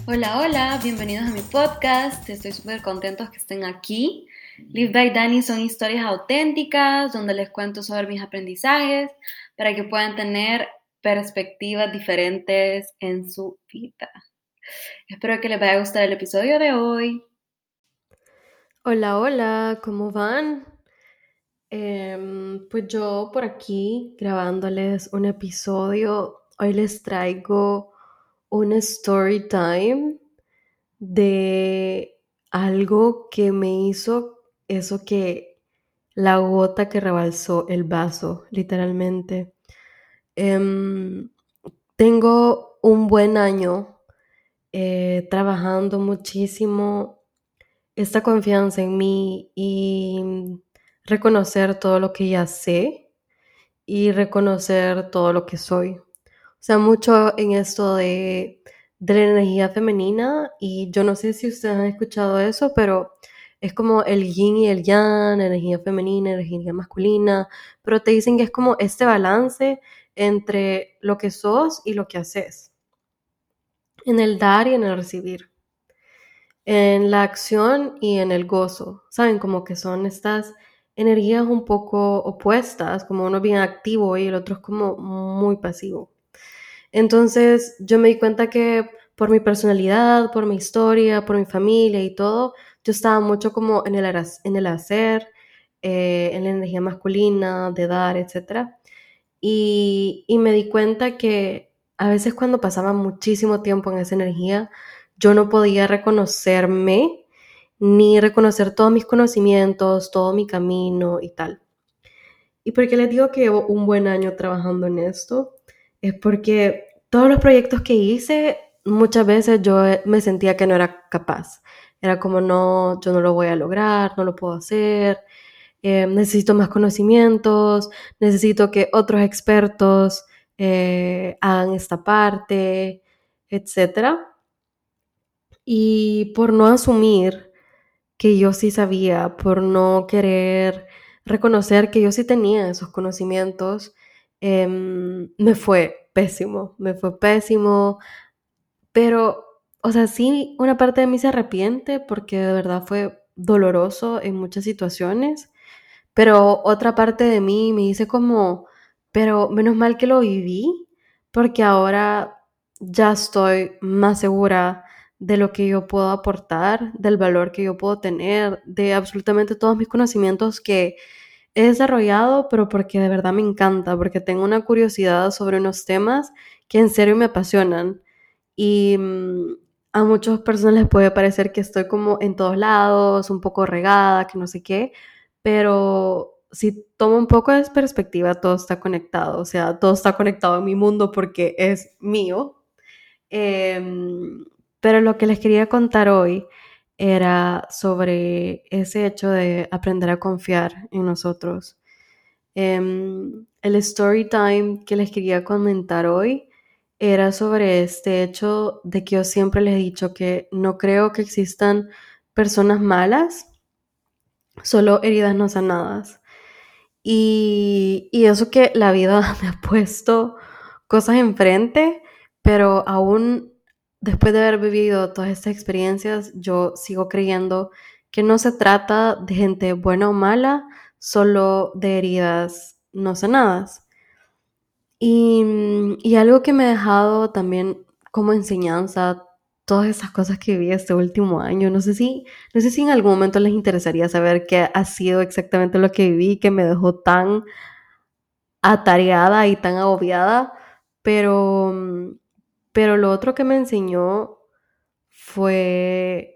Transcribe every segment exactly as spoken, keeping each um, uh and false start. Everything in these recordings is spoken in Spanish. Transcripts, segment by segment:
Hola, hola, bienvenidos a mi podcast. Estoy súper contentos que estén aquí. Live by Dani son historias auténticas donde les cuento sobre mis aprendizajes para que puedan tener perspectivas diferentes en su vida. Espero que les vaya a gustar el episodio de hoy. Hola, hola, ¿cómo van? Em, pues yo por aquí grabándoles un episodio. Hoy les traigo un story time de algo que me hizo eso que la gota que rebalsó el vaso, literalmente. Em, Tengo un buen año eh, trabajando muchísimo esta confianza en mí y reconocer todo lo que ya sé y reconocer todo lo que soy. O sea, mucho en esto de, de la energía femenina y yo no sé si ustedes han escuchado eso, pero es como el yin y el yang, energía femenina, energía masculina, pero te dicen que es como este balance entre lo que sos y lo que haces, en el dar y en el recibir, en la acción y en el gozo, ¿saben? Como que son estas energías un poco opuestas, como uno es bien activo y el otro es como muy pasivo. Entonces yo me di cuenta que por mi personalidad, por mi historia, por mi familia y todo, yo estaba mucho como en el, en el hacer, eh, en la energía masculina, de dar, etcétera. Y, y me di cuenta que a veces cuando pasaba muchísimo tiempo en esa energía, yo no podía reconocerme ni reconocer todos mis conocimientos, todo mi camino y tal. ¿Y por qué les digo que llevo un buen año trabajando en esto? Es porque todos los proyectos que hice, muchas veces yo me sentía que no era capaz. Era como, no, yo no lo voy a lograr, no lo puedo hacer, eh, necesito más conocimientos, necesito que otros expertos eh, hagan esta parte, etcétera. Y por no asumir que yo sí sabía, por no querer reconocer que yo sí tenía esos conocimientos, em, me fue pésimo, me fue pésimo, pero, o sea, sí, una parte de mí se arrepiente porque de verdad fue doloroso en muchas situaciones, pero otra parte de mí me dice como, pero menos mal que lo viví, porque ahora ya estoy más segura de lo que yo puedo aportar, del valor que yo puedo tener, de absolutamente todos mis conocimientos que he desarrollado, pero porque de verdad me encanta, porque tengo una curiosidad sobre unos temas que en serio me apasionan. Y mm, a muchas personas les puede parecer que estoy como en todos lados, un poco regada, que no sé qué, pero si tomo un poco de perspectiva, todo está conectado, o sea, todo está conectado en mi mundo porque es mío. Em, pero lo que les quería contar hoy era sobre ese hecho de aprender a confiar en nosotros. Em, el story time que les quería comentar hoy era sobre este hecho de que yo siempre les he dicho que no creo que existan personas malas, solo heridas no sanadas. Y, y eso que la vida me ha puesto cosas enfrente, pero aún después de haber vivido todas estas experiencias, yo sigo creyendo que no se trata de gente buena o mala, solo de heridas no sanadas. Y, y algo que me ha dejado también como enseñanza todas esas cosas que viví este último año. No sé si, no sé si en algún momento les interesaría saber qué ha sido exactamente lo que viví, que me dejó tan atareada y tan agobiada, pero, pero lo otro que me enseñó fue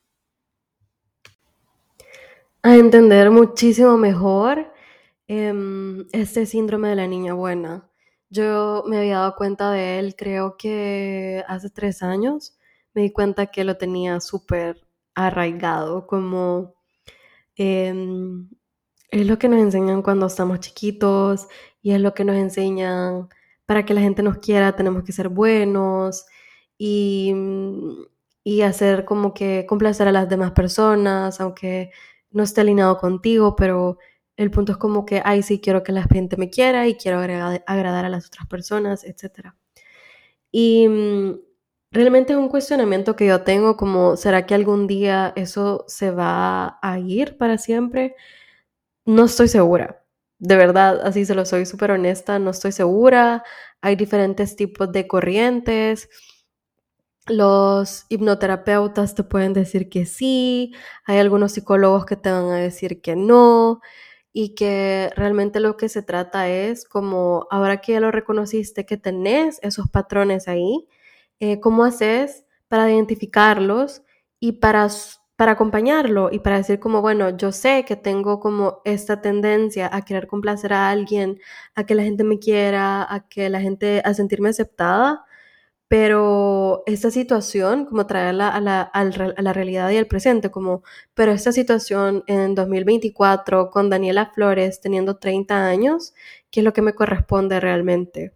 a entender muchísimo mejor em, este síndrome de la niña buena. Yo me había dado cuenta de él, creo que hace tres años, me di cuenta que lo tenía súper arraigado, como em, es lo que nos enseñan cuando estamos chiquitos y es lo que nos enseñan para que la gente nos quiera, tenemos que ser buenos y, mm, y hacer como que complacer a las demás personas, aunque no esté alineado contigo, pero el punto es como que, ay, sí, quiero que la gente me quiera y quiero agrega- agradar a las otras personas, etcétera. Y mm, realmente es un cuestionamiento que yo tengo como, ¿será que algún día eso se va a ir para siempre? No estoy segura. De verdad, así se lo soy súper honesta, no estoy segura. Hay diferentes tipos de corrientes. Los hipnoterapeutas te pueden decir que sí, hay algunos psicólogos que te van a decir que no, y que realmente lo que se trata es como, ahora que ya lo reconociste, que tenés esos patrones ahí, eh, ¿cómo haces para identificarlos y para, s- para acompañarlo y para decir como, bueno, yo sé que tengo como esta tendencia a querer complacer a alguien, a que la gente me quiera, a que la gente, a sentirme aceptada, pero esta situación, como traerla a la, al re- a la realidad y al presente, como, pero esta situación en dos mil veinticuatro con Daniela Flores teniendo treinta años, ¿qué es lo que me corresponde realmente?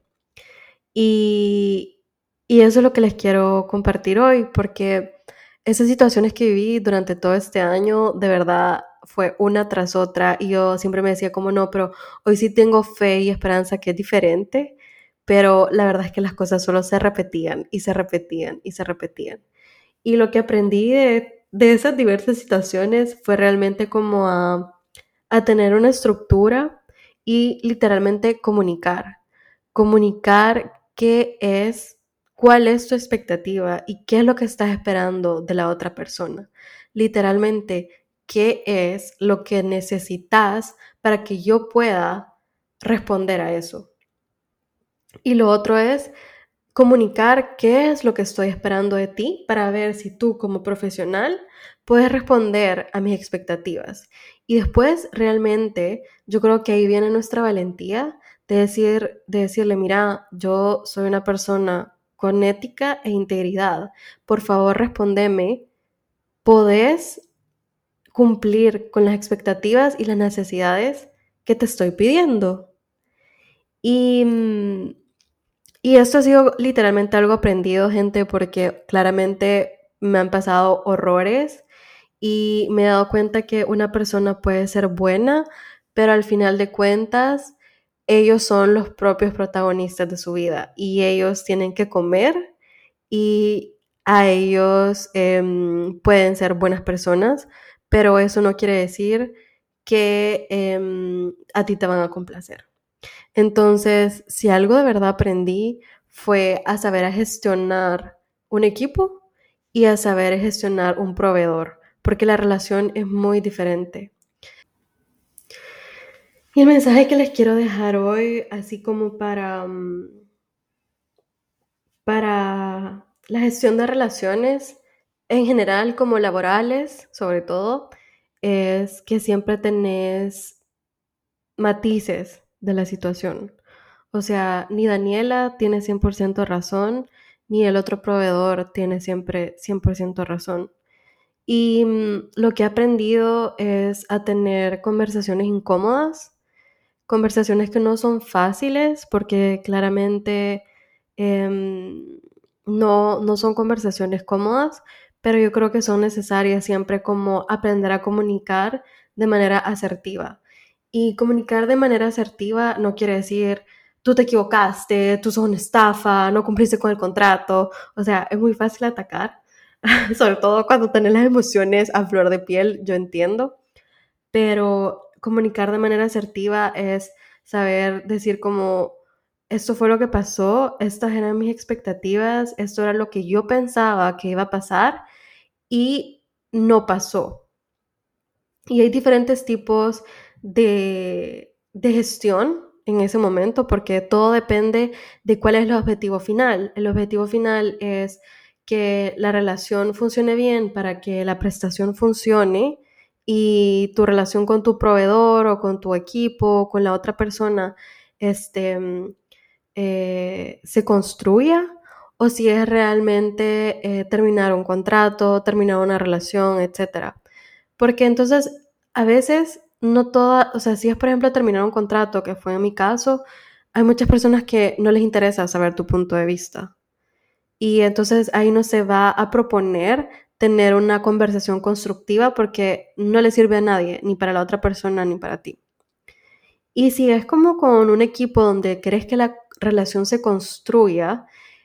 Y, y eso es lo que les quiero compartir hoy, porque esas situaciones que viví durante todo este año, de verdad, fue una tras otra, y yo siempre me decía como no, pero hoy sí tengo fe y esperanza que es diferente, pero la verdad es que las cosas solo se repetían y se repetían y se repetían. Y lo que aprendí de, de esas diversas situaciones fue realmente como a, a tener una estructura y literalmente comunicar. Comunicar qué es, cuál es tu expectativa y qué es lo que estás esperando de la otra persona. Literalmente, qué es lo que necesitas para que yo pueda responder a eso. Y lo otro es comunicar qué es lo que estoy esperando de ti para ver si tú como profesional puedes responder a mis expectativas. Y después realmente yo creo que ahí viene nuestra valentía de decir, de decirle, mira, yo soy una persona con ética e integridad. Por favor, respóndeme. ¿Podés cumplir con las expectativas y las necesidades que te estoy pidiendo? Y mm, y esto ha sido literalmente algo aprendido, gente, porque claramente me han pasado horrores y me he dado cuenta que una persona puede ser buena, pero al final de cuentas ellos son los propios protagonistas de su vida y ellos tienen que comer, y a ellos em, pueden ser buenas personas, pero eso no quiere decir que em, a ti te van a complacer. Entonces, si algo de verdad aprendí fue a saber a gestionar un equipo y a saber gestionar un proveedor, porque la relación es muy diferente. Y el mensaje que les quiero dejar hoy, así como para, mm, para la gestión de relaciones en general, como laborales, sobre todo, es que siempre tenés matices de la situación. O sea, ni Daniela tiene cien por ciento razón, ni el otro proveedor tiene siempre cien por ciento razón. Y mm, lo que he aprendido es a tener conversaciones incómodas, conversaciones que no son fáciles, porque claramente em, no, no son conversaciones cómodas, pero yo creo que son necesarias siempre, como aprender a comunicar de manera asertiva. Y comunicar de manera asertiva no quiere decir tú te equivocaste, tú sos una estafa, no cumpliste con el contrato. O sea, es muy fácil atacar, sobre todo cuando tenés las emociones a flor de piel, yo entiendo, pero comunicar de manera asertiva es saber decir como, esto fue lo que pasó, estas eran mis expectativas, esto era lo que yo pensaba que iba a pasar y no pasó. Y hay diferentes tipos de, de gestión en ese momento, porque todo depende de cuál es el objetivo final. El objetivo final es que la relación funcione bien para que la prestación funcione, y tu relación con tu proveedor o con tu equipo, con la otra persona, este, eh, se construya, o si es realmente eh, terminar un contrato, terminar una relación, etcétera. Porque entonces, a veces, no toda, o sea, si es por ejemplo terminar un contrato, que fue en mi caso, hay muchas personas que no les interesa saber tu punto de vista. Y entonces ahí no se va a proponer tener una conversación constructiva, porque no le sirve a nadie, ni para la otra persona, ni para ti. Y si es como con un equipo donde crees que la relación se construya,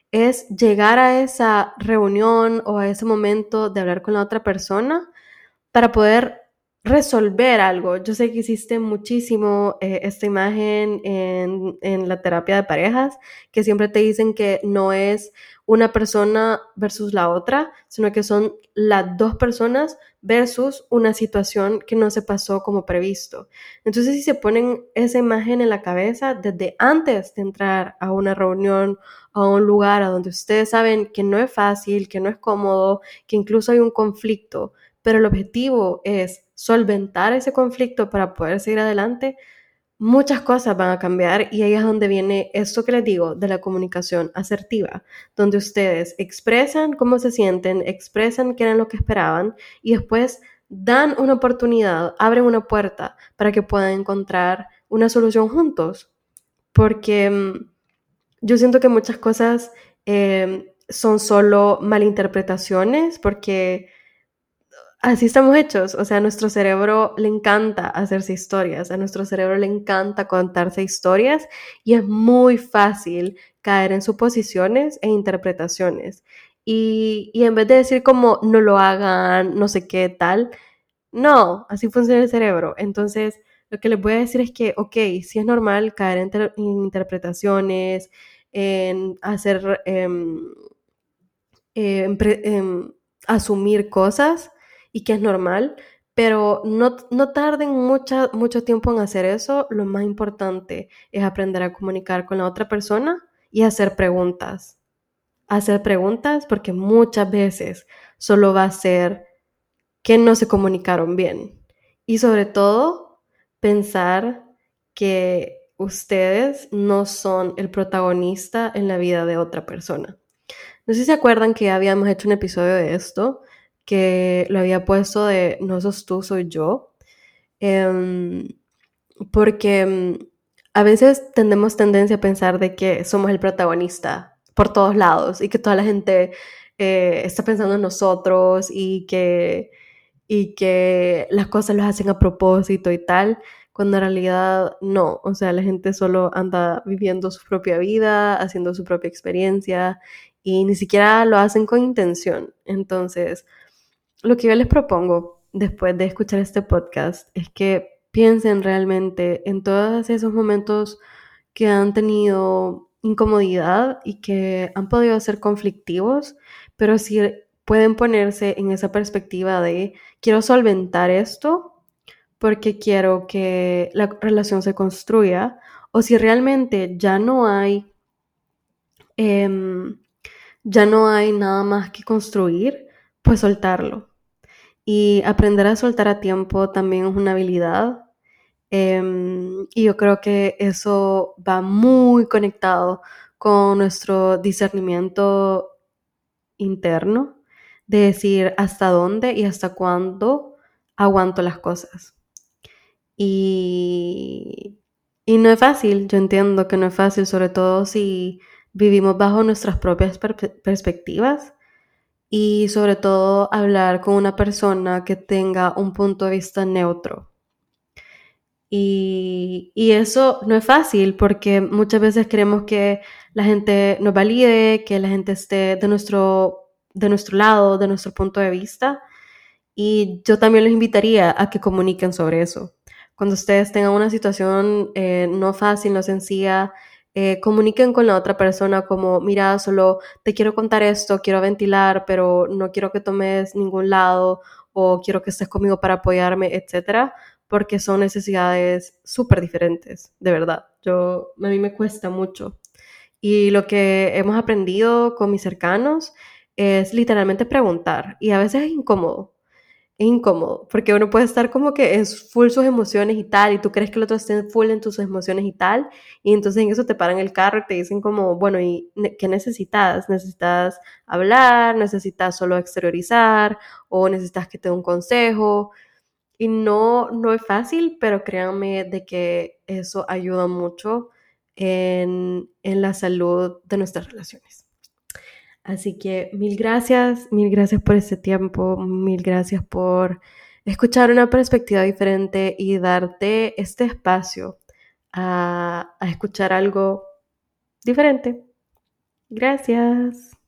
es llegar a esa reunión o a ese momento de hablar con la otra persona para poder resolver algo. Yo sé que existe muchísimo eh, esta imagen en, en la terapia de parejas, que siempre te dicen que no es una persona versus la otra, sino que son las dos personas versus una situación que no se pasó como previsto. Entonces, si se ponen esa imagen en la cabeza desde antes de entrar a una reunión, a un lugar a donde ustedes saben que no es fácil, que no es cómodo, que incluso hay un conflicto, pero el objetivo es solventar ese conflicto para poder seguir adelante, muchas cosas van a cambiar y ahí es donde viene esto que les digo de la comunicación asertiva, donde ustedes expresan cómo se sienten, expresan qué era lo que esperaban y después dan una oportunidad, abren una puerta para que puedan encontrar una solución juntos. Porque mmm, yo siento que muchas cosas eh, son solo malinterpretaciones porque así estamos hechos, o sea, a nuestro cerebro le encanta hacerse historias, a nuestro cerebro le encanta contarse historias y es muy fácil caer en suposiciones e interpretaciones. Y, y en vez de decir como no lo hagan, no sé qué tal, no, así funciona el cerebro. Entonces, lo que les voy a decir es que, ok, sí es normal caer en, ter- en interpretaciones, en hacer, em, em, pre- em, asumir cosas y que es normal, pero no, no tarden mucha, mucho tiempo en hacer eso. Lo más importante es aprender a comunicar con la otra persona y hacer preguntas. Hacer preguntas porque muchas veces solo va a ser que no se comunicaron bien. Y sobre todo, pensar que ustedes no son el protagonista en la vida de otra persona. No sé si se acuerdan que ya habíamos hecho un episodio de esto, que lo había puesto de no sos tú, soy yo. Em, porque em, a veces tenemos tendencia a pensar de que somos el protagonista por todos lados y que toda la gente eh, está pensando en nosotros y que, y que las cosas las hacen a propósito y tal, cuando en realidad no, o sea, la gente solo anda viviendo su propia vida, haciendo su propia experiencia y ni siquiera lo hacen con intención. Entonces, lo que yo les propongo después de escuchar este podcast es que piensen realmente en todos esos momentos que han tenido incomodidad y que han podido ser conflictivos, pero si pueden ponerse en esa perspectiva de quiero solventar esto porque quiero que la relación se construya, o si realmente ya no hay em, ya no hay nada más que construir, pues soltarlo. Y aprender a soltar a tiempo también es una habilidad. Em, y yo creo que eso va muy conectado con nuestro discernimiento interno, de decir hasta dónde y hasta cuándo aguanto las cosas. Y, y no es fácil, yo entiendo que no es fácil, sobre todo si vivimos bajo nuestras propias per- perspectivas y sobre todo hablar con una persona que tenga un punto de vista neutro. Y, y eso no es fácil porque muchas veces queremos que la gente nos valide, que la gente esté de nuestro, de nuestro lado, de nuestro punto de vista. Y yo también los invitaría a que comuniquen sobre eso. Cuando ustedes tengan una situación eh, no fácil, no sencilla, eh, comuniquen con la otra persona como, mira, solo te quiero contar esto, quiero ventilar, pero no quiero que tomes ningún lado o quiero que estés conmigo para apoyarme, etcétera, porque son necesidades súper diferentes, de verdad. Yo, a mí me cuesta mucho. Y lo que hemos aprendido con mis cercanos es literalmente preguntar y a veces es incómodo. Es incómodo, porque uno puede estar como que es full sus emociones y tal, y tú crees que el otro esté full en tus emociones y tal, y entonces en eso te paran el carro y te dicen como, bueno, ¿y qué necesitas? ¿Necesitas hablar? ¿Necesitas solo exteriorizar? ¿O necesitas que te dé un consejo? Y no, no es fácil, pero créanme de que eso ayuda mucho en, en la salud de nuestras relaciones. Así que mil gracias, mil gracias por este tiempo, mil gracias por escuchar una perspectiva diferente y darte este espacio a, a escuchar algo diferente. Gracias.